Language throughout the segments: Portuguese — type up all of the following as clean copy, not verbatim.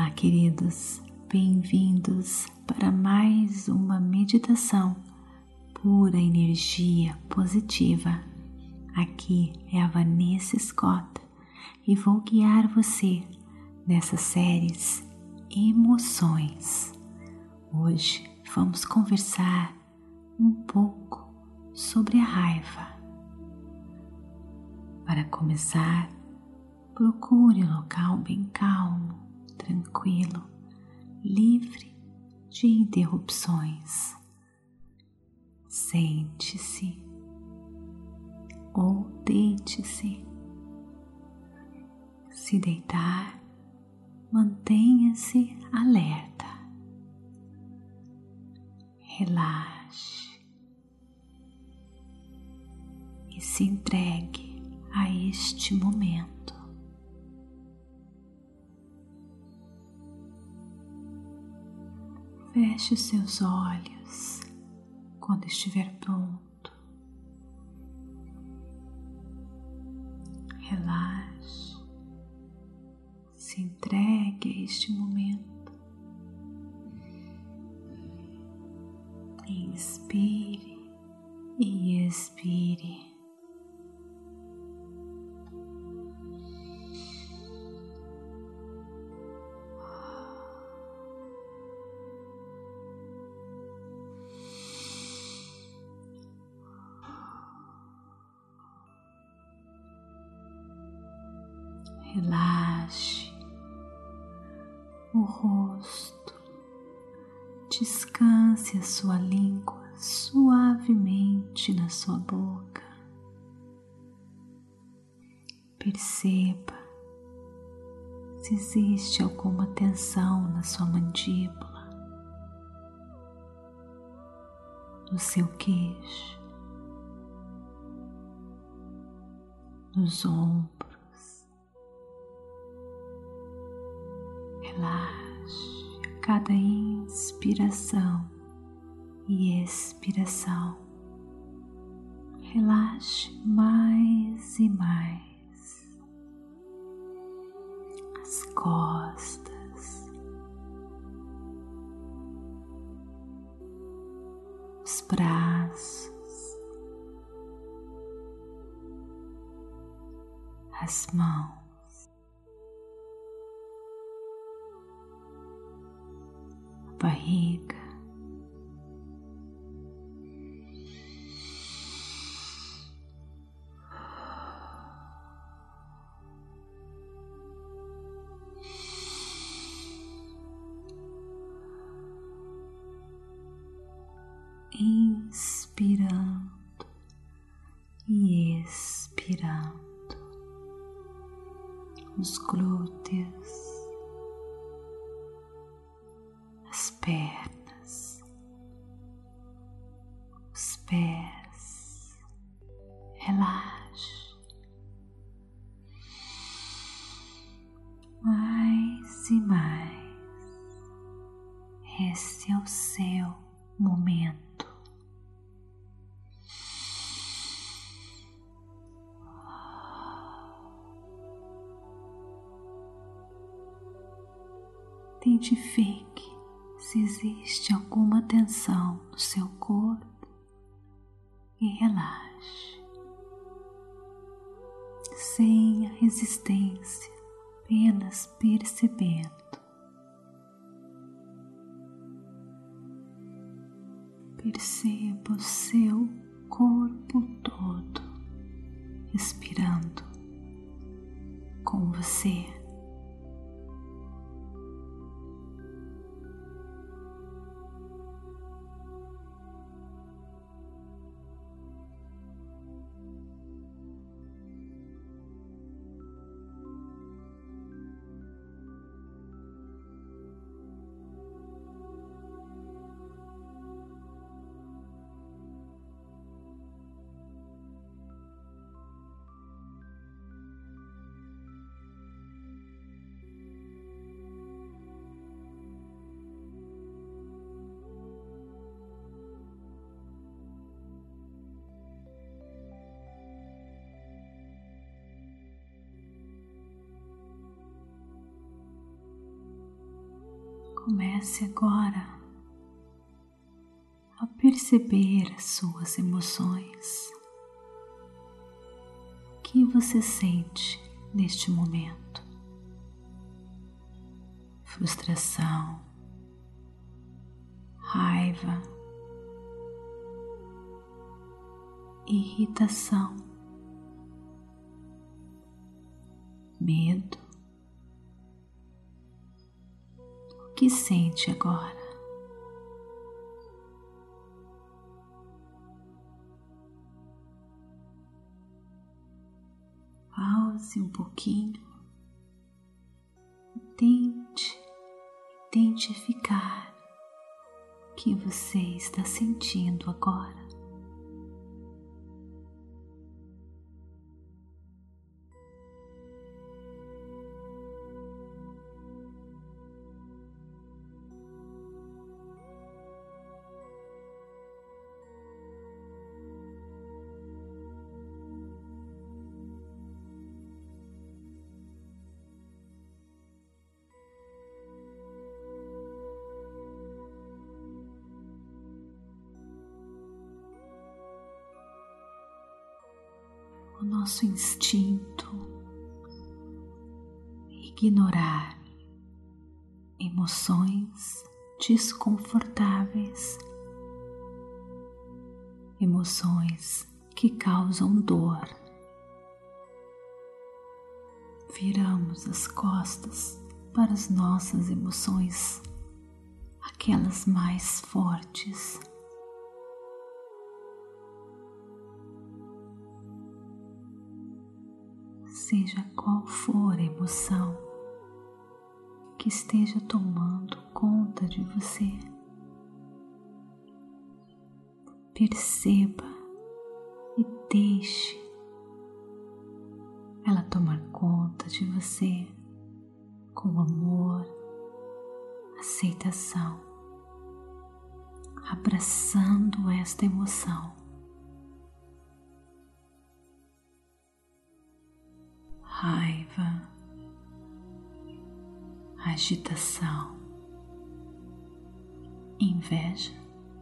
Olá, queridos, bem-vindos para mais uma meditação pura energia positiva. Aqui é a Vanessa Scott e vou guiar você nessas séries Emoções. Hoje vamos conversar um pouco sobre a raiva. Para começar, procure um local bem calmo, tranquilo, livre de interrupções. Sente-se ou deite-se. Se deitar, mantenha-se alerta. Relaxe e se entregue a este momento. Feche os seus olhos quando estiver pronto. Relaxe, se entregue a este momento. Inspire e expire. Relaxe o rosto, descanse a sua língua suavemente na sua boca. Perceba se existe alguma tensão na sua mandíbula, no seu queixo, nos ombros. Relaxe a cada inspiração e expiração. Relaxe mais e mais as costas, os braços, as mãos. Barriga, inspirando e expirando, os glúteos, as pernas, os pés. Relaxe mais e mais. Esse é o seu momento. Identifique se existe alguma tensão no seu corpo e relaxe, sem a resistência, apenas percebendo. Perceba o seu corpo todo respirando com você. Comece agora a perceber as suas emoções. O que você sente neste momento? Frustração, raiva, irritação, medo. O que sente agora? Pause um pouquinho e tente identificar o que você está sentindo agora. O nosso instinto é ignorar emoções desconfortáveis, emoções que causam dor. Viramos as costas para as nossas emoções, aquelas mais fortes. Seja qual for a emoção que esteja tomando conta de você, perceba e deixe ela tomar conta de você com amor, aceitação, abraçando esta emoção. Raiva, agitação, inveja.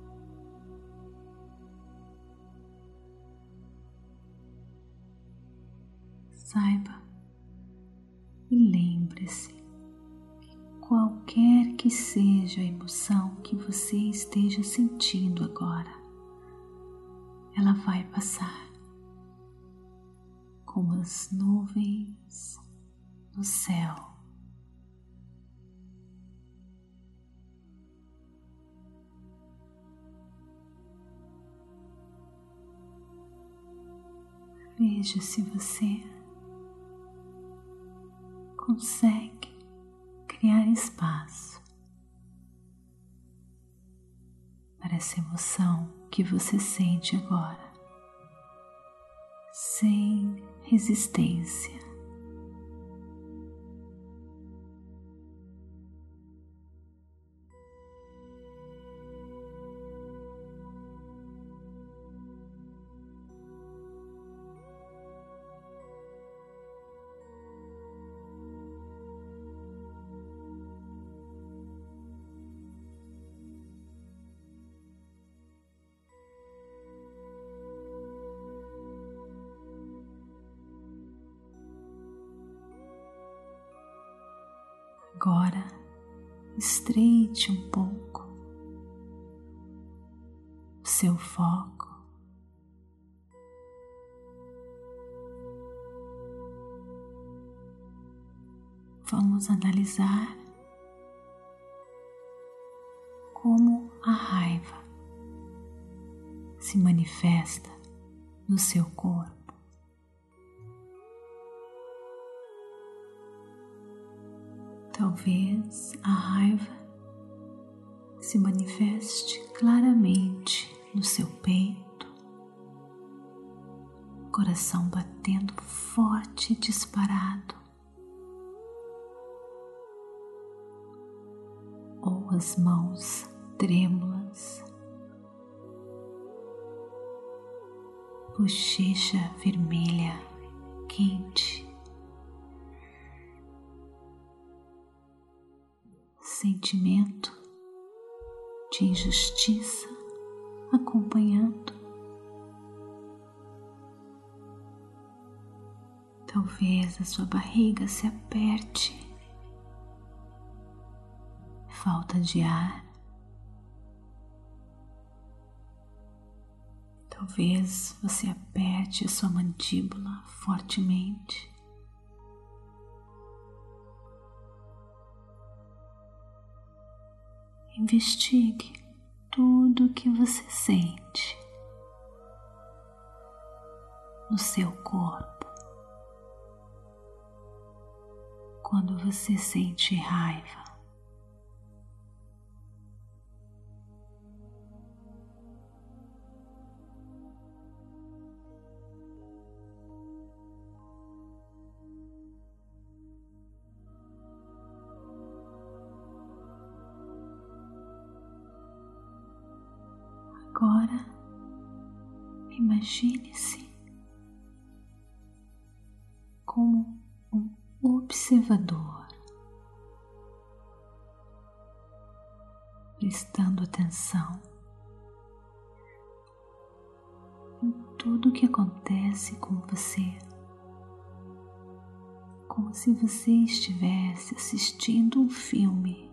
Saiba e lembre-se que qualquer que seja a emoção que você esteja sentindo agora, ela vai passar como as nuvens no céu. Veja se você consegue criar espaço para essa emoção que você sente agora, sem resistência. Agora, estreite um pouco o seu foco. Vamos analisar como a raiva se manifesta no seu corpo. Talvez a raiva se manifeste claramente no seu peito, coração batendo forte e disparado, ou as mãos trêmulas, bochecha vermelha, quente. sentimento de injustiça acompanhando. Talvez a sua barriga se aperte, falta de ar. Talvez você aperte a sua mandíbula fortemente. Investigue tudo o que você sente no seu corpo quando você sente raiva. Agora, imagine-se como um observador, prestando atenção em tudo o que acontece com você, como se você estivesse assistindo um filme.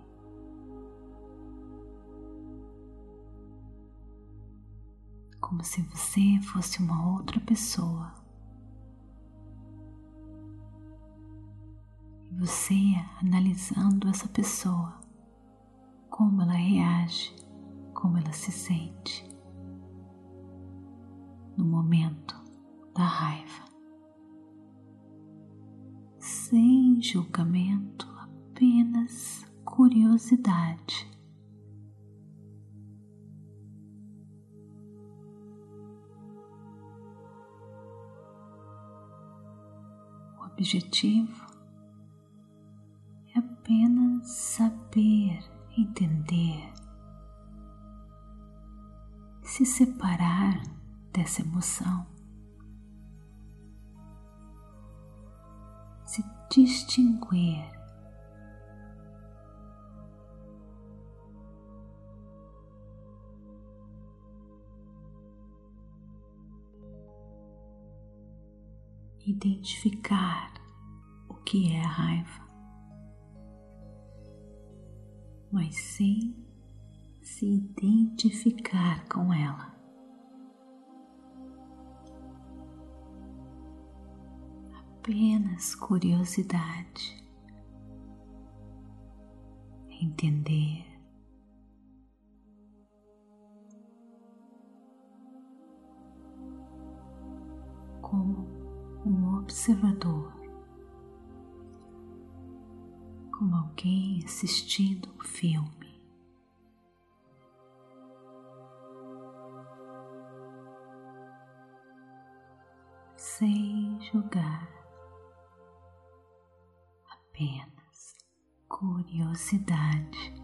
Como se você fosse uma outra pessoa. E você analisando essa pessoa, como ela reage, como ela se sente no momento da raiva. Sem julgamento, apenas curiosidade. O objetivo é apenas saber, entender, se separar dessa emoção, se distinguir. Identificar o que é a raiva, mas sem se identificar com ela. Apenas curiosidade, entender. Como um observador, como alguém assistindo um filme. Sem julgar, apenas curiosidade.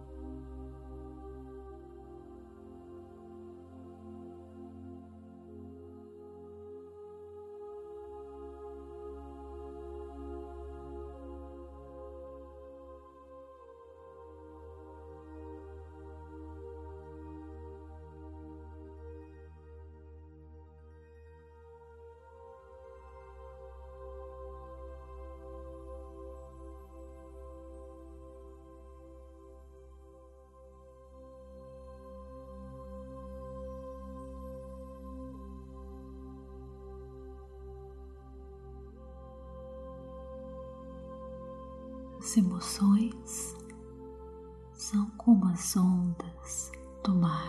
As emoções são como as ondas do mar,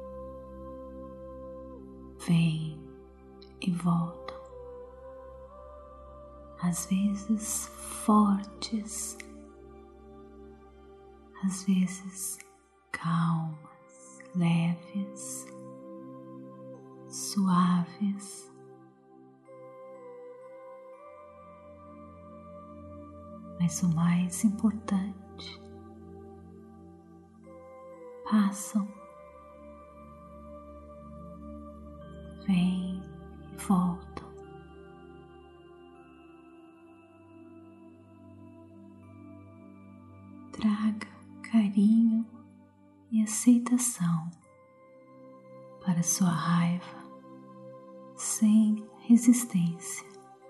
vêm e voltam, às vezes fortes, às vezes calmas, leves, suaves. Mas o mais importante, passam, vêm e voltam. Traga aceitação para sua raiva sem resistência.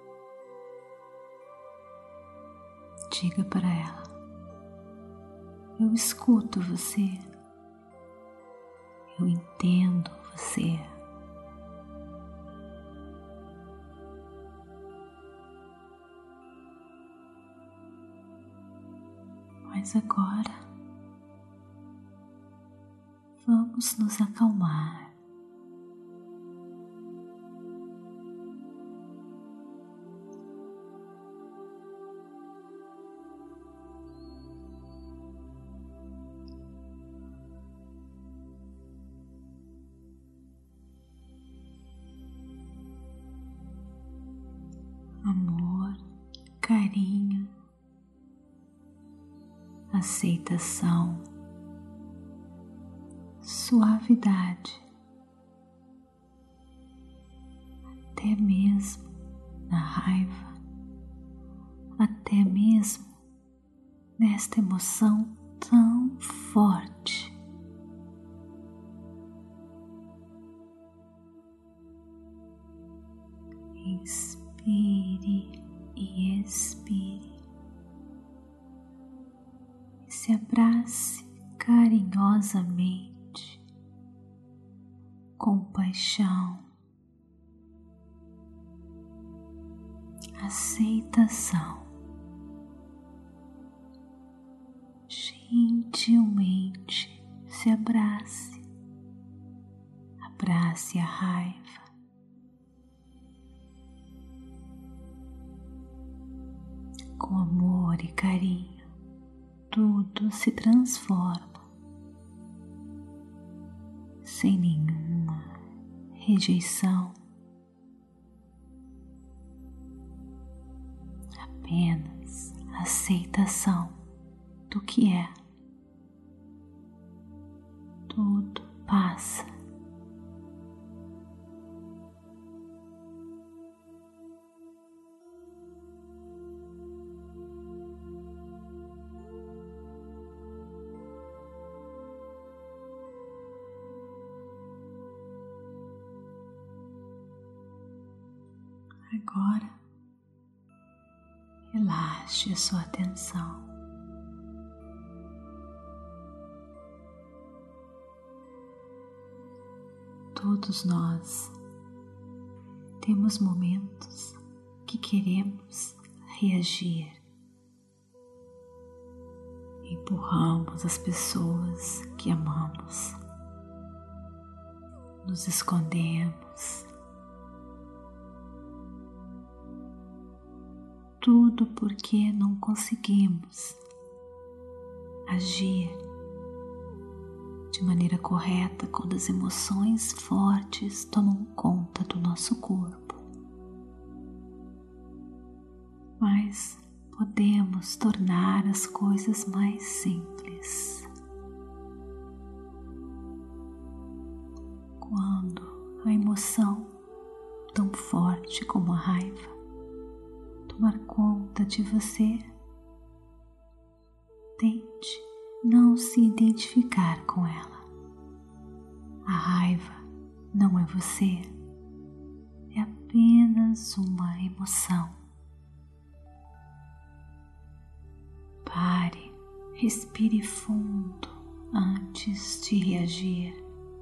Diga para ela: eu escuto você, eu entendo você. Mas agora vamos nos acalmar. Amor, carinho, aceitação, suavidade, até mesmo na raiva, até mesmo nesta emoção tão forte. Inspire e expire. E se abrace carinhosamente, com paixão, aceitação. Gentilmente se abrace. Abrace a raiva. Com amor e carinho, tudo se transforma, sem nenhuma rejeição, apenas aceitação do que é. Tudo passa. Agora, relaxe a sua atenção. Todos nós temos momentos que queremos reagir. Empurramos as pessoas que amamos. Nos escondemos. Tudo porque não conseguimos agir de maneira correta quando as emoções fortes tomam conta do nosso corpo. Mas podemos tornar as coisas mais simples. Quando a emoção, tão forte como a raiva, tomar conta de você, tente não se identificar com ela. A raiva não é você, é apenas uma emoção. Pare, respire fundo antes de reagir.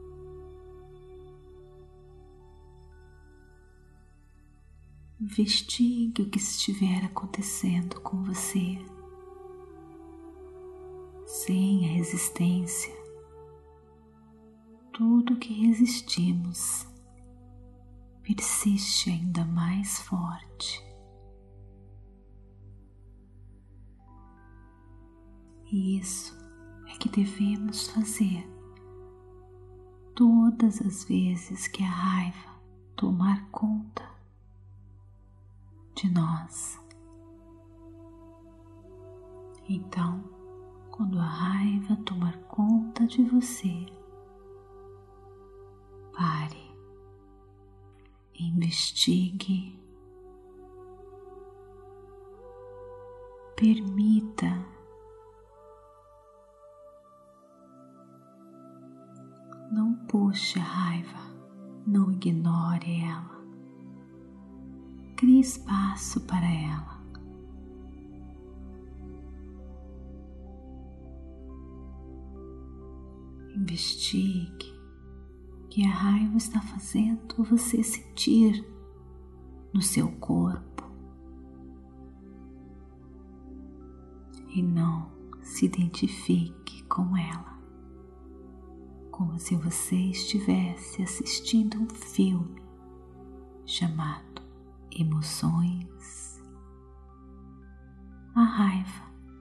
Investigue o que estiver acontecendo com você, sem a resistência. Tudo que resistimos persiste ainda mais forte. E isso é que devemos fazer todas as vezes que a raiva tomar conta de nós. Então, quando a raiva tomar conta de você, pare, investigue, permita Não puxe a raiva, não ignore ela. Crie espaço para ela. Investigue o que a raiva está fazendo você sentir no seu corpo. E não se identifique com ela, como se você estivesse assistindo um filme chamado Emoções. A raiva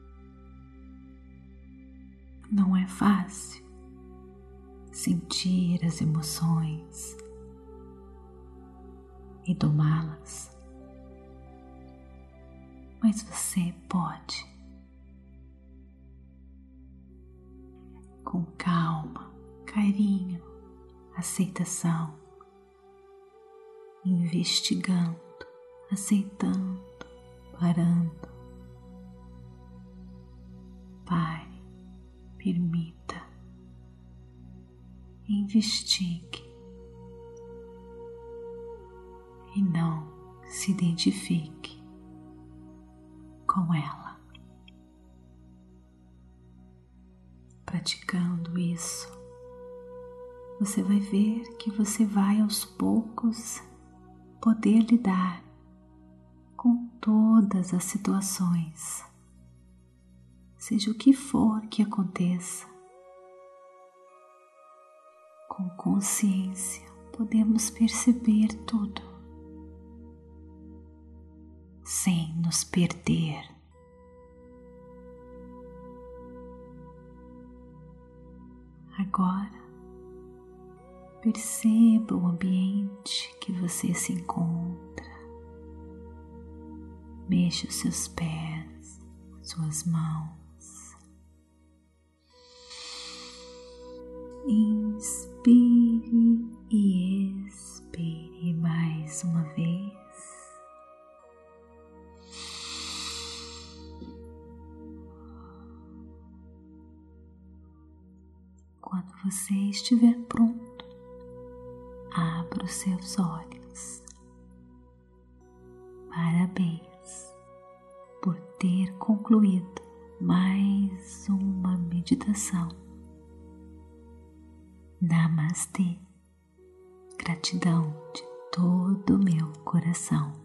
não é fácil sentir as emoções e domá-las, mas você pode, com calma, carinho, aceitação, investigando, aceitando, parando. Pare, permita, investigue e não se identifique com ela. Praticando isso, você vai ver que você vai aos poucos poder lidar com todas as situações, seja o que for que aconteça. Com consciência podemos perceber tudo, sem nos perder. Agora, perceba o ambiente que você se encontra. Mexa os seus pés, suas mãos. Inspire e expire mais uma vez. Quando você estiver pronto, abra os seus olhos. Parabéns por ter concluído mais uma meditação. Namastê. Gratidão de todo o meu coração.